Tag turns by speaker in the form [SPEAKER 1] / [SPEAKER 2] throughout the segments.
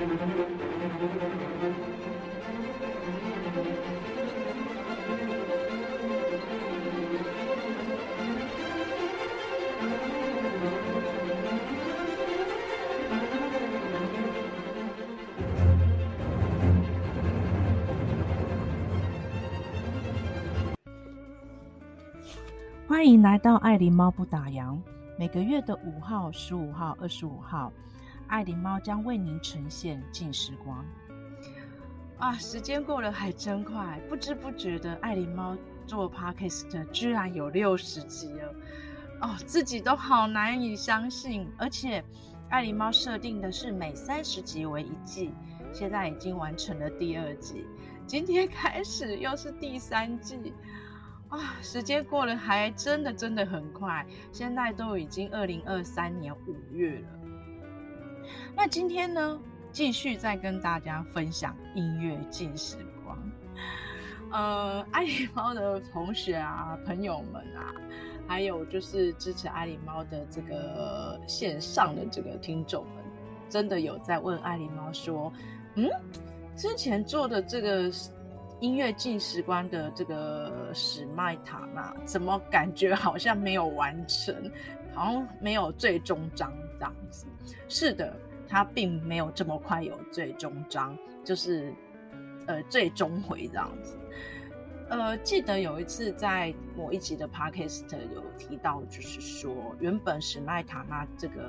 [SPEAKER 1] 欢迎来到爱琳猫不打烊。每个月的5号、15号、25号，爱琳猫将为您呈现静时光。时间过得还真快，不知不觉的爱琳猫做 Podcast 居然有60集了。自己都好难以相信。而且爱琳猫设定的是每30集为1季，现在已经完成了第2季，今天开始又是第3季。时间过得还真的很快，现在都已经2023年5月了。那今天呢，继续再跟大家分享音乐静时光。爱琳猫的同学啊、朋友们啊，还有就是支持爱琳猫的这个线上的这个听众们，真的有在问爱琳猫说，之前做的这个音乐静时光的这个史麦塔纳，怎么感觉好像没有完成，好像没有最终章这样子。是的，它并没有这么快有最终章，就是最终回这样子。记得有一次在某一集的 podcast 有提到，就是说原本史麦塔纳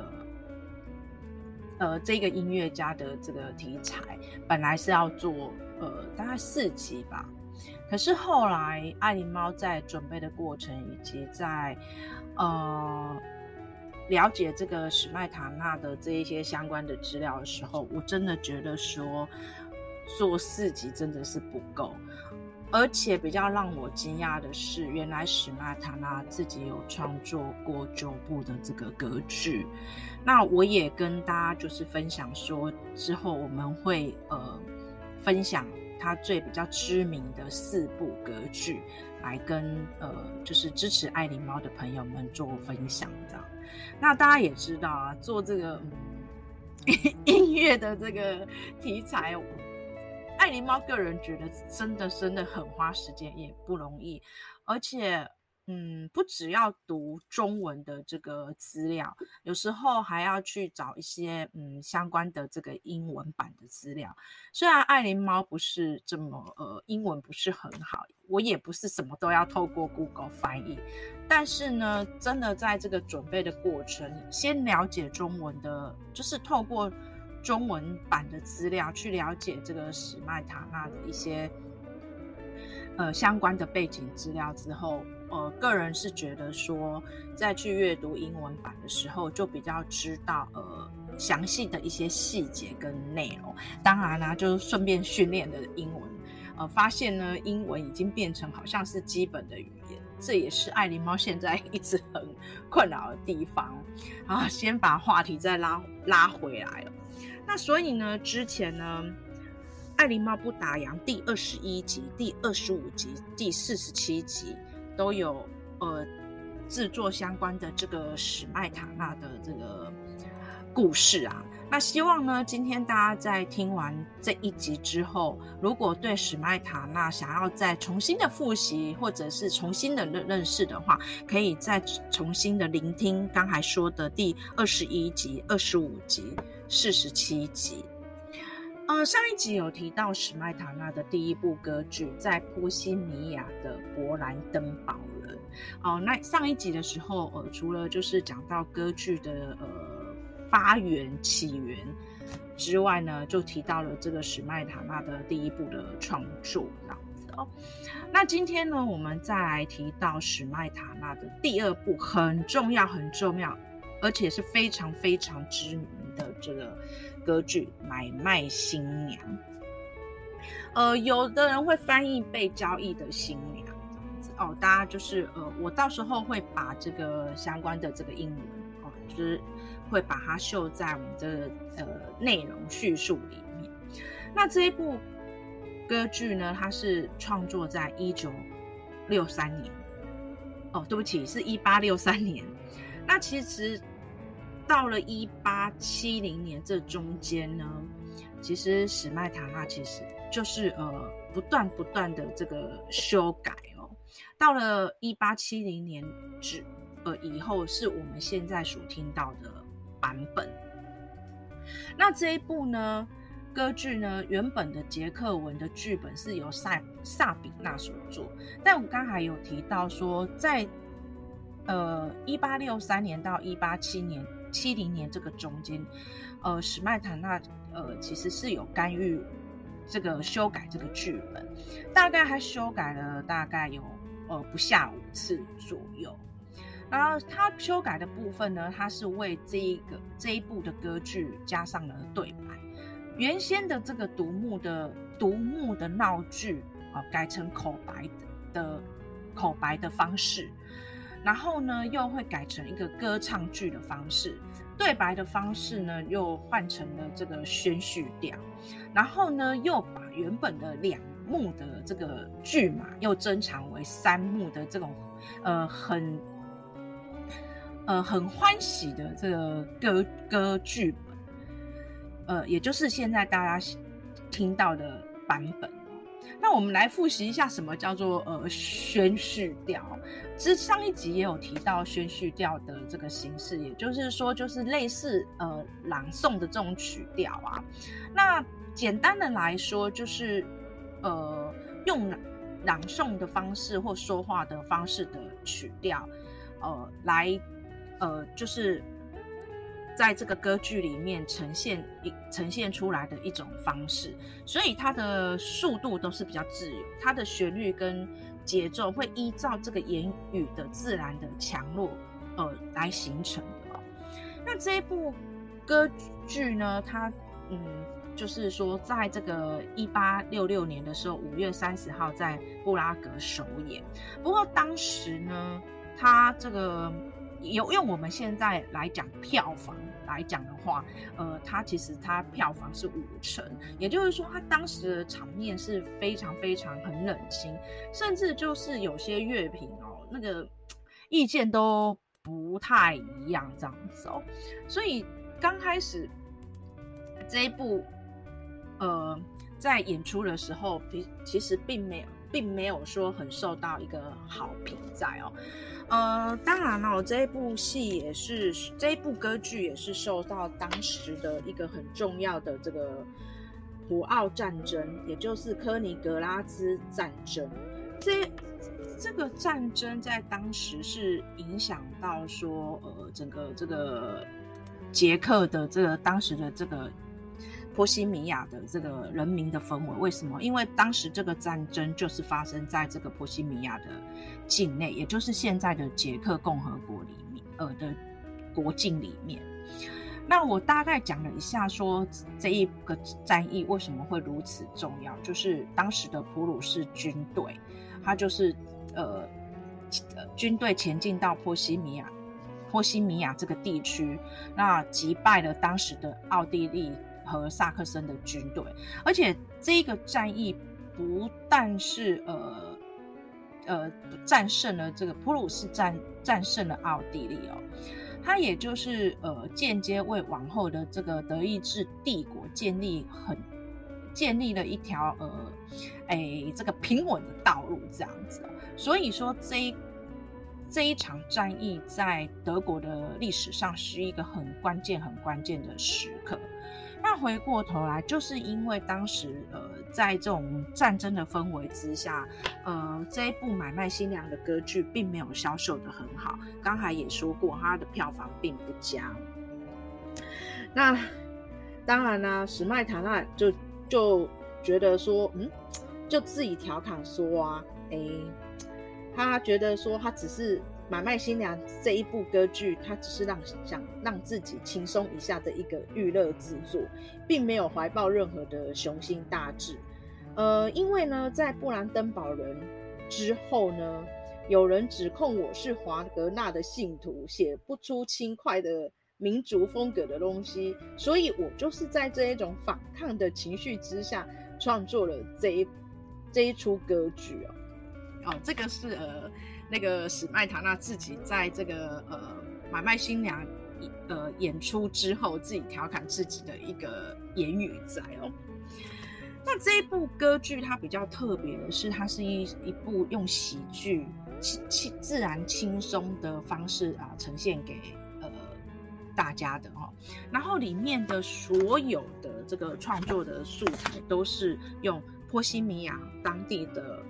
[SPEAKER 1] 这个音乐家的这个题材本来是要做大概4集吧，可是后来爱琳猫在准备的过程以及在了解这个史麦塔纳的这一些相关的资料的时候，我真的觉得说做4集真的是不够。而且比较让我惊讶的是，原来史麦塔纳自己有创作过9部的这个歌剧。那我也跟大家就是分享说，之后我们会分享他最比较知名的4部歌剧，来跟就是支持爱琳猫的朋友们做分享这样。那大家也知道啊，做这个音乐的这个题材，爱琳猫个人觉得真的很花时间，也不容易。而且不只要读中文的这个资料，有时候还要去找一些相关的这个英文版的资料。虽然爱琳猫不是这么英文不是很好，我也不是什么都要透过 Google 翻译，但是呢，真的在这个准备的过程，先了解中文的，就是透过中文版的资料去了解这个史麦塔纳的一些相关的背景资料之后，个人是觉得说，再去阅读英文版的时候，就比较知道详细的一些细节跟内容。当然啦，就顺便训练的英文，发现呢，英文已经变成好像是基本的语言，这也是爱琳猫现在一直很困扰的地方啊。先把话题再拉回来了。那所以呢，之前呢，爱琳猫不打烊第21集、第25集、第47集都有制作相关的这个史麦塔纳的这个故事啊。那希望呢，今天大家在听完这一集之后，如果对史麦塔纳想要再重新的复习，或者是重新的认识的话，可以再重新的聆听刚才说的第21集、25集、47集。上一集有提到史麦塔纳的第1部歌剧在波西米亚的勃兰登堡人。那上一集的时候，除了就是讲到歌剧的发源起源之外呢，就提到了这个史麦塔纳的第1部的创作这样子哦。那今天呢，我们再来提到史麦塔纳的第2部很重要，而且是非常非常知名的这个歌剧《买卖新娘》。有的人会翻译被交易的新娘这样子哦。大家就是我到时候会把这个相关的这个英文就是会把它秀在我们的内容叙述里面。那这一部歌剧呢，它是创作在1963年。对不起，是1863年。那其实到了1870年这中间呢，其其实史麦塔纳其实就是不断的这个修改哦，到了1870年以后是我们现在所听到的版本。那这一部呢歌剧呢，原本的捷克文的剧本是由萨比纳所做，但我刚才有提到说，在1863年到1870年这个中间，史麦塔纳其实是有干预这个修改这个剧本，大概他修改了大概有不下5次左右。然后他修改的部分呢，他是为这一部的歌剧加上了对白。原先的这个独幕的闹剧改成口白的方式，然后呢又会改成一个歌唱剧的方式，对白的方式呢又换成了这个宣叙调，然后呢又把原本的2幕的这个剧码又增长为3幕的这种很欢喜的这个歌剧本，也就是现在大家听到的版本。那我们来复习一下什么叫做宣叙调。其实上一集也有提到宣叙调的这个形式，也就是说就是类似朗诵的这种曲调啊。那简单的来说就是用朗诵的方式或说话的方式的曲调来就是在这个歌剧里面呈现出来的一种方式，所以它的速度都是比较自由，它的旋律跟节奏会依照这个言语的自然的强弱来形成的那这一部歌剧呢，它就是说在这个1866年的时候5月30号在布拉格首演。不过当时呢，它这个用我们现在来讲票房来讲的话，它其实票房是5成，也就是说它当时的场面是非常非常很冷清，甚至就是有些乐评那个意见都不太一样这样子所以刚开始这一部在演出的时候其实并没有说很受到一个好评在当然这一部歌剧也是受到当时的一个很重要的这个普奥战争，也就是科尼格拉兹战争。这个战争在当时是影响到说整个这个捷克的这个当时的这个波西米亚的这个人民的氛围。为什么？因为当时这个战争就是发生在这个波西米亚的境内，也就是现在的捷克共和国里面的国境里面。那我大概讲了一下说这一个战役为什么会如此重要，就是当时的普鲁士军队，它就是军队前进到波西米亚这个地区，那击败了当时的奥地利和萨克森的军队。而且这个战役不但是战胜了这个普鲁士战胜了奥地利它也就是间接为往后的这个德意志帝国建立了一条这个平稳的道路这样子所以说这一场战役在德国的历史上是一个很关键的时刻。那回过头来，就是因为当时在这种战争的氛围之下，这一部《买卖新娘》的歌剧并没有销售得很好。刚才也说过，它的票房并不佳。那当然啦，史麦塔纳就觉得说，就自己调侃说他觉得说他只是买卖新娘这一部歌剧，他只是想让自己轻松一下的一个娱乐制作，并没有怀抱任何的雄心大志。因为呢，在布兰登堡人之后呢，有人指控我是华格纳的信徒，写不出轻快的民族风格的东西，所以我就是在这一种反抗的情绪之下创作了这一出歌剧这个是那个史麦塔纳自己在这个买卖新娘演出之后自己调侃自己的一个言语在哦。那这一部歌剧它比较特别的是，它是一部用喜剧自然轻松的方式呈现给大家的哦。然后里面的所有的这个创作的素材都是用波西米亚当地的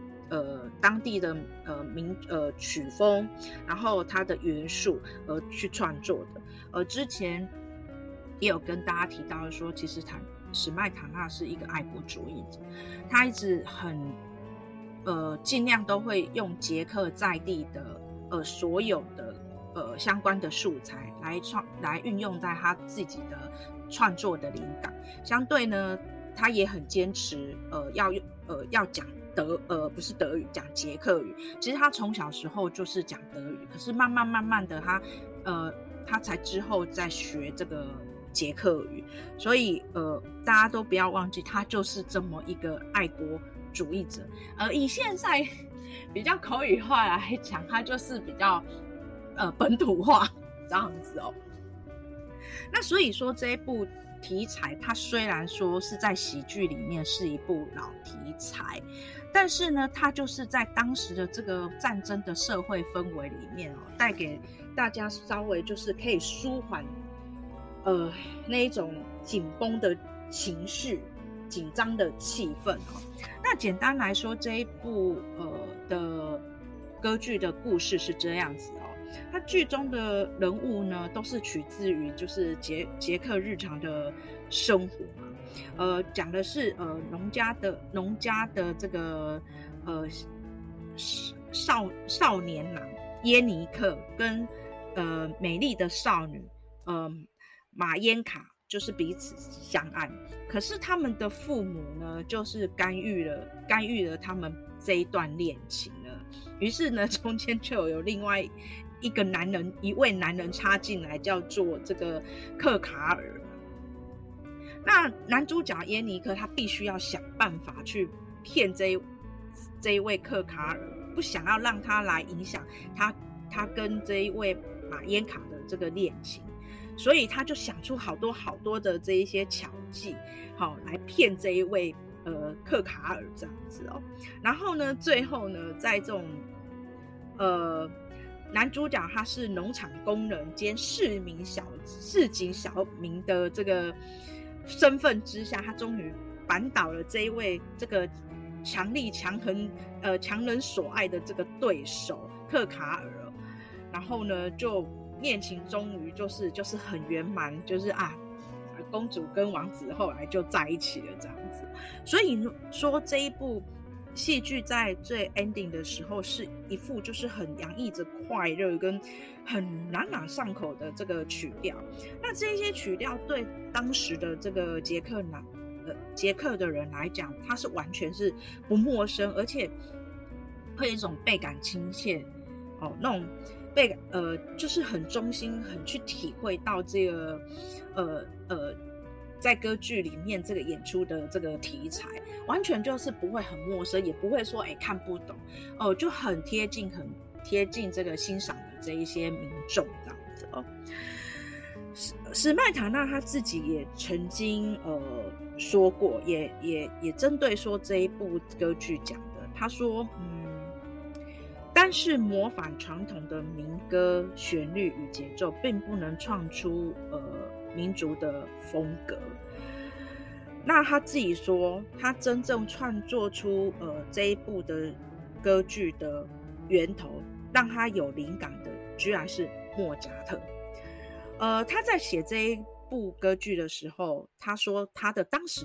[SPEAKER 1] 曲风，然后它的元素去创作的。之前也有跟大家提到说，其实史麦塔纳是一个爱国主义者，他一直很尽量都会用捷克在地的所有的相关的素材来运用在他自己的创作的灵感。相对呢，他也很坚持要讲不是德语，讲捷克语。其实他从小时候就是讲德语，可是慢慢的他才之后再学这个捷克语。所以大家都不要忘记，他就是这么一个爱国主义者。以现在比较口语化来讲，他就是比较本土化这样子哦。那所以说这一部题材，它虽然说是在喜剧里面是一部老题材，但是呢，它就是在当时的这个战争的社会氛围里面带给大家稍微就是可以舒缓那一种紧绷的情绪、紧张的气氛哦。那简单来说，这一部的歌剧的故事是这样子哦。它剧中的人物呢，都是取自于就是捷克日常的生活嘛。讲的是农家的这个少年郎耶尼克跟美丽的少女马耶卡，就是彼此相爱。可是他们的父母呢，就是干预了他们这一段恋情了。于是呢，中间就有另外一位男人插进来，叫做这个克卡尔。那男主角耶尼克他必须要想办法去骗这一位克卡尔，不想要让他来影响他跟这一位马耶卡的这个恋情，所以他就想出好多的这一些巧计，来骗这一位克卡尔这样子哦。然后呢，最后呢，在这种男主角他是农场工人兼市井小民的这个身份之下，他终于扳倒了这一位这个强人所爱的这个对手克卡尔。然后呢，就恋情终于就是很圆满，就是公主跟王子后来就在一起了这样子。所以说这一部戏剧在最 ending 的时候是一副就是很洋溢着快乐跟很朗朗上口的这个曲调。那这些曲调对当时的这个捷克的人来讲，他是完全是不陌生，而且会有一种倍感亲切那种就是很衷心很去体会到这个在歌剧里面这个演出的这个题材，完全就是不会很陌生，也不会说看不懂就很贴近这个欣赏的这一些民众这样子哦。史麦塔纳他自己也曾经说过，也针对说这一部歌剧讲的，他说但是模仿传统的民歌旋律与节奏，并不能创出民族的风格。那他自己说，他真正创作出这一部的歌剧的源头，让他有灵感的，居然是莫扎特。他在写这一部歌剧的时候，他说他的当时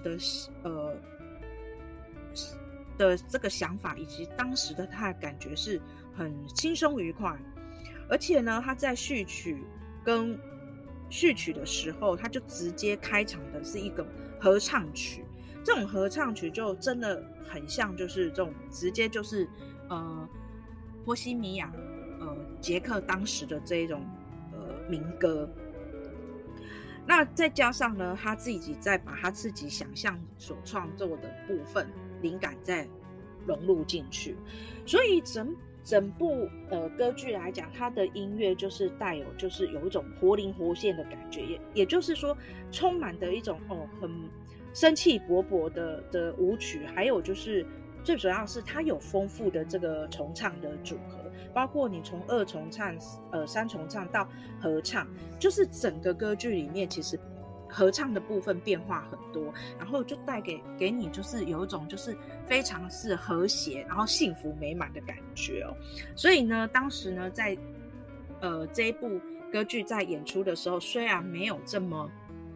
[SPEAKER 1] 的这个想法以及当时的他的感觉是很轻松愉快，而且呢，他在序曲的时候，他就直接开场的是一个合唱曲。这种合唱曲就真的很像，就是这种直接就是波西米亚捷克当时的这一种民歌。那再加上呢，他自己再把他自己想象所创作的部分灵感再融入进去，所以整部歌剧来讲，它的音乐就是带有就是有一种活灵活现的感觉，也就是说充满的一种很生气勃勃的舞曲，还有就是最主要是它有丰富的这个重唱的组合，包括你从二重唱、三重唱到合唱，就是整个歌剧里面其实合唱的部分变化很多，然后就带给你就是有一种就是非常是和谐，然后幸福美满的感觉哦。所以呢，当时呢，在这一部歌剧在演出的时候，虽然没有这么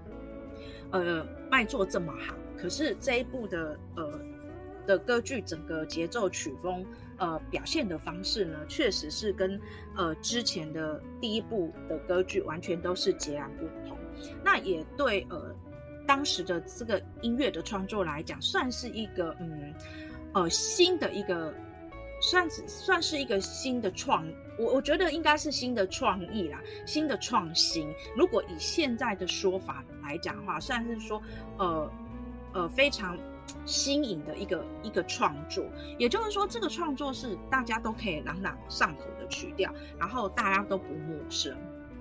[SPEAKER 1] 卖座这么好，可是这一部的歌剧整个节奏曲风表现的方式呢，确实是跟之前的第一部的歌剧完全都是截然不同。那也对当时的这个音乐的创作来讲，算是一个新的一个算是一个新的我觉得应该是新的创意啦，新的创新。如果以现在的说法来讲的话，算是说非常新颖的一个创作，也就是说这个创作是大家都可以朗朗上口的曲调，然后大家都不陌生。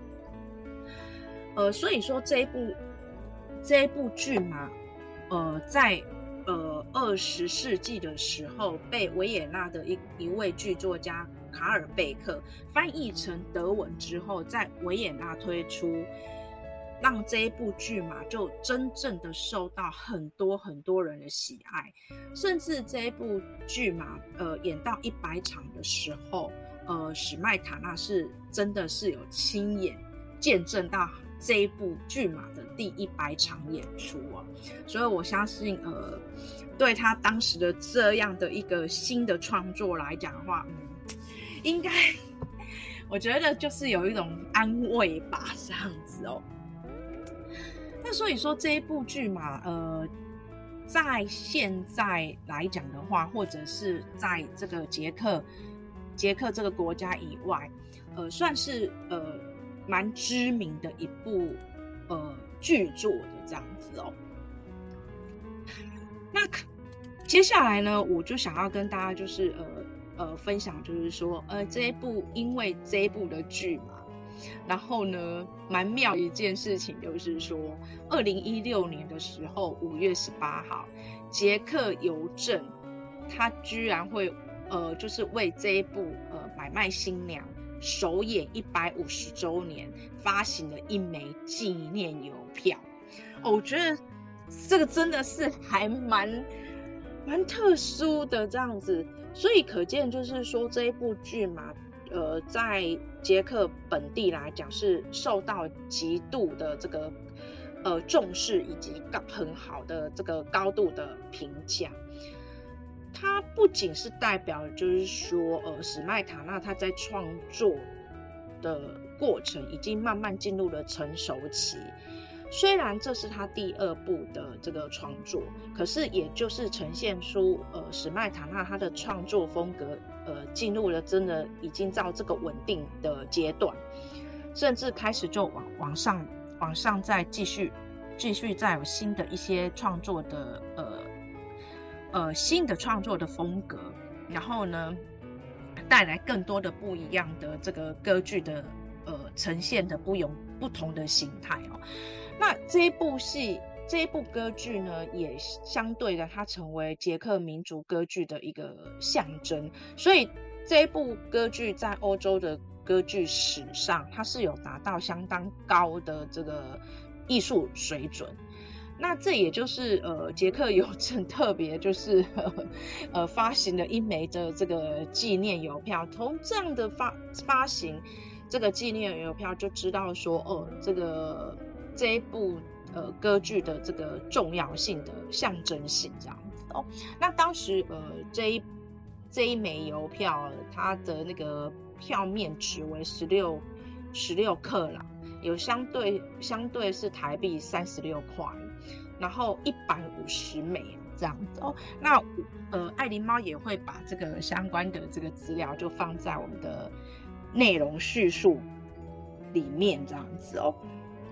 [SPEAKER 1] 所以说这一部剧嘛，在20世纪的时候，被维也纳的一位剧作家卡尔贝克翻译成德文之后，在维也纳推出，让这一部剧嘛就真正的受到很多很多人的喜爱，甚至这一部剧嘛，演到100场的时候，史麦塔纳是真的是有亲眼见证到这一部剧嘛的第100场演出啊，所以我相信对他当时的这样的一个新的创作来讲的话，应该我觉得就是有一种安慰吧，这样子哦。那所以说这一部剧嘛，在现在来讲的话，或者是在这个捷克这个国家以外，算是蛮知名的一部剧作的这样子哦。那接下来呢，我就想要跟大家就是分享，就是说因为这一部的剧嘛，然后呢，蛮妙一件事情就是说，2016年的时候5月18号，捷克邮政它居然会就是为这一部买卖新娘首演150周年发行了1枚纪念邮票。我觉得这个真的是还蛮特殊的这样子，所以可见就是说这一部剧嘛，在捷克本地来讲是受到极度的这个重视以及很好的这个高度的评价。它不仅是代表就是说史麦塔纳他在创作的过程已经慢慢进入了成熟期，虽然这是他第2部的这个创作，可是也就是呈现出史麦塔纳他的创作风格进入了真的已经到这个稳定的阶段，甚至开始就往上再继续再有新的一些创作的新的创作的风格，然后呢带来更多的不一样的这个歌剧的呈现的不同的形态哦。那这一部歌剧呢，也相对的它成为捷克民族歌剧的一个象征，所以这一部歌剧在欧洲的歌剧史上，它是有达到相当高的这个艺术水准。那这也就是捷克邮政特别就是发行了1枚的这个纪念邮票，从这样的发行这个纪念邮票就知道说这一部歌剧的这个重要性的象征性这样子哦。那当时这一枚邮票它的那个票面值为16克朗，有相对是台币36块，然后150枚这样子哦。那爱琳猫也会把这个相关的这个资料就放在我们的内容叙述里面这样子哦。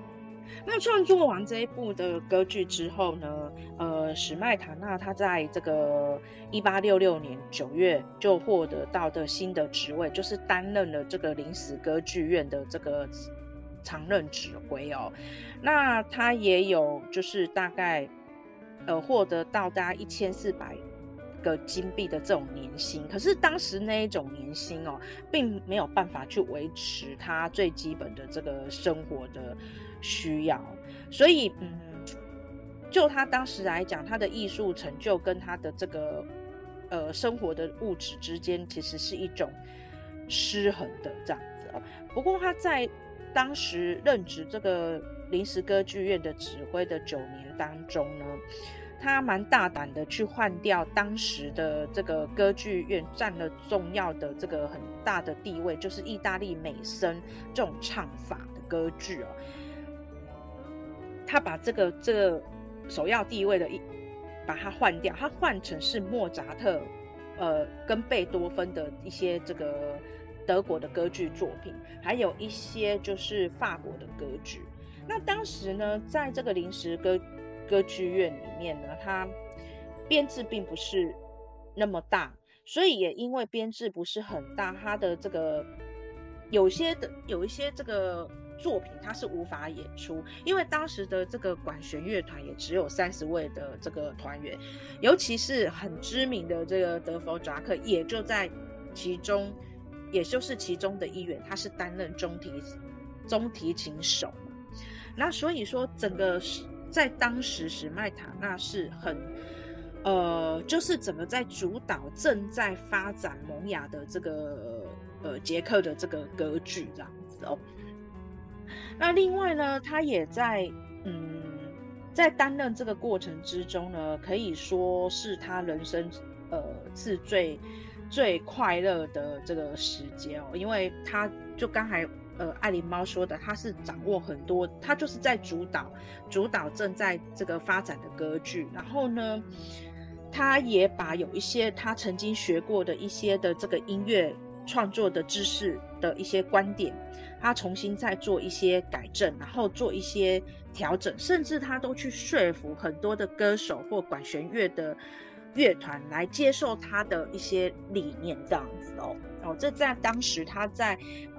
[SPEAKER 1] 那创作完这一部的歌剧之后呢，史麦塔纳他在这个1866年9月就获得到的新的职位，就是担任了这个临时歌剧院的这个常任指挥哦。那他也有就是大概获得到大概1400个金币的这种年薪，可是当时那一种年薪哦，并没有办法去维持他最基本的这个生活的需要，所以就他当时来讲，他的艺术成就跟他的这个生活的物质之间，其实是一种失衡的这样子哦。不过他在当时任职这个临时歌剧院的指挥的9年当中呢，他蛮大胆的去换掉当时的这个歌剧院占了重要的这个很大的地位，就是意大利美声这种唱法的歌剧哦。他把这个首要地位的把它换掉，他换成是莫扎特跟贝多芬的一些这个德国的歌剧作品，还有一些就是法国的歌剧。那当时呢，在这个临时歌剧院里面呢，它编制并不是那么大，所以也因为编制不是很大，它的这个有一些这个作品它是无法演出，因为当时的这个管弦乐团也只有30位的这个团员，尤其是很知名的这个德弗扎克也就在其中，也就是其中的一员，他是担任中提琴手嘛。那所以说整个在当时史麦塔纳是很就是整个在主导正在发展萌芽的这个捷克的这个歌剧这样子哦。那另外呢，他也在在担任这个过程之中呢，可以说是他人生是最快乐的这个时间哦，因为他就刚才爱琳猫说的，他是掌握很多，他就是在主导正在这个发展的歌剧，然后呢，他也把有一些他曾经学过的一些的这个音乐创作的知识的一些观点，他重新再做一些改正，然后做一些调整，甚至他都去说服很多的歌手或管弦乐的乐团来接受他的一些理念这样子哦。这在当时他在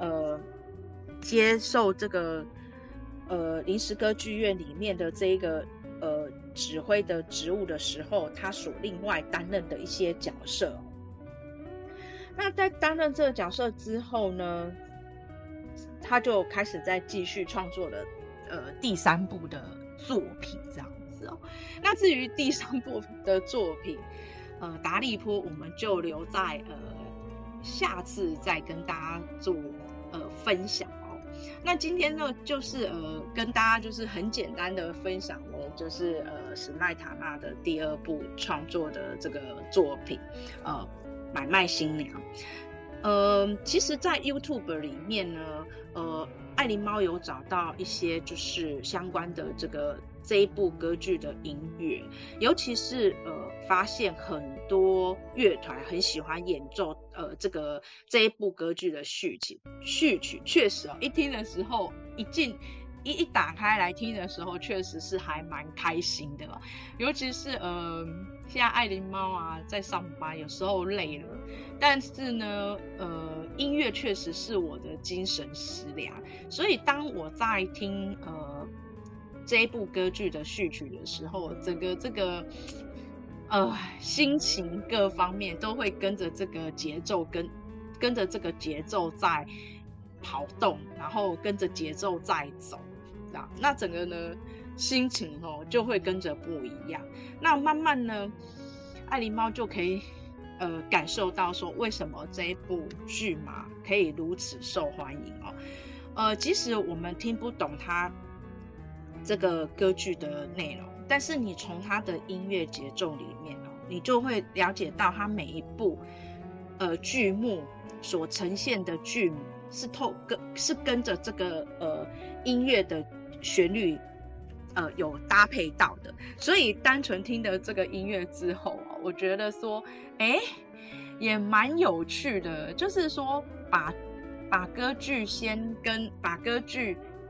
[SPEAKER 1] 接受这个临时歌剧院里面的这个指挥的职务的时候，他所另外担任的一些角色哦。那在担任这个角色之后呢，他就开始在继续创作了第3部的作品这样子哦。那至于第3部的作品达利波，我们就留在下次再跟大家做分享哦。那今天呢，就是跟大家就是很简单的分享了，就是史麦塔纳的第2部创作的这个作品买卖新娘。其实在 YouTube 里面呢，爱琳猫有找到一些就是相关的这一部歌剧的音乐，尤其是发现很多乐团很喜欢演奏这一部歌剧的序曲，确实一听的时候一打开来听的时候，确实是还蛮开心的啦。尤其是现在爱琳猫啊在上班，有时候累了，但是呢音乐确实是我的精神食粮，所以当我在听这一部歌剧的序曲的时候，整个这个心情各方面都会跟着这个节奏跟着这个节奏在跑动，然后跟着节奏在走，那整个呢心情就会跟着不一样。那慢慢呢，爱琳猫就可以感受到说为什么这一部剧嘛可以如此受欢迎哦。即使我们听不懂它这个歌剧的内容，但是你从它的音乐节奏里面你就会了解到它每一部剧目所呈现的剧目是跟着这个音乐的旋律有搭配到的，所以单纯听的这个音乐之后我觉得说也蛮有趣的，就是说把歌剧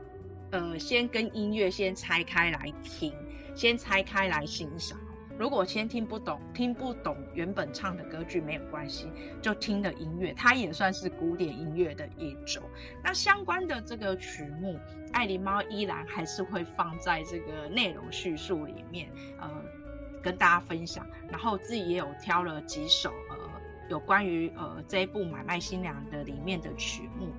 [SPEAKER 1] 先跟音乐先拆开来听，先拆开来欣赏。如果先听不懂原本唱的歌剧没有关系，就听的音乐，它也算是古典音乐的一种。那相关的这个曲目，爱狸猫依然还是会放在这个内容叙述里面，跟大家分享。然后自己也有挑了几首有关于这一部《买卖新娘》的里面的曲目，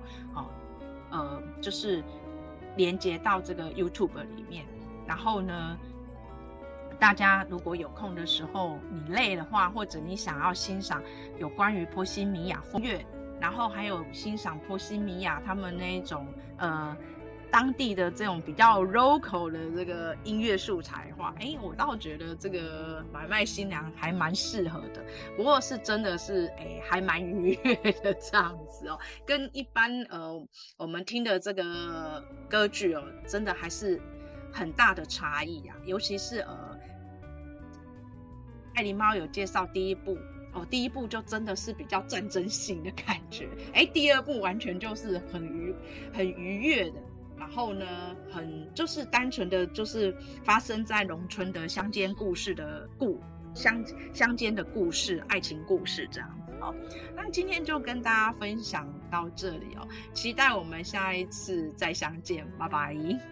[SPEAKER 1] 就是连接到这个 YouTube 里面。然后呢，大家如果有空的时候，你累的话，或者你想要欣赏有关于波西米亚风乐，然后还有欣赏波西米亚他们那一种当地的这种比较 local 的这个音乐素材的话，我倒觉得这个买卖新娘还蛮适合的。不过是真的是还蛮愉悦的这样子哦，跟一般我们听的这个歌剧哦，真的还是很大的差异啊。尤其是爱狸猫有介绍第一部第一部就真的是比较战争性的感觉，第二部完全就是很愉悦的。然后呢，就是单纯的就是发生在农村的乡间故事的乡间的故事，爱情故事这样子哦。那今天就跟大家分享到这里哦，期待我们下一次再相见，拜拜。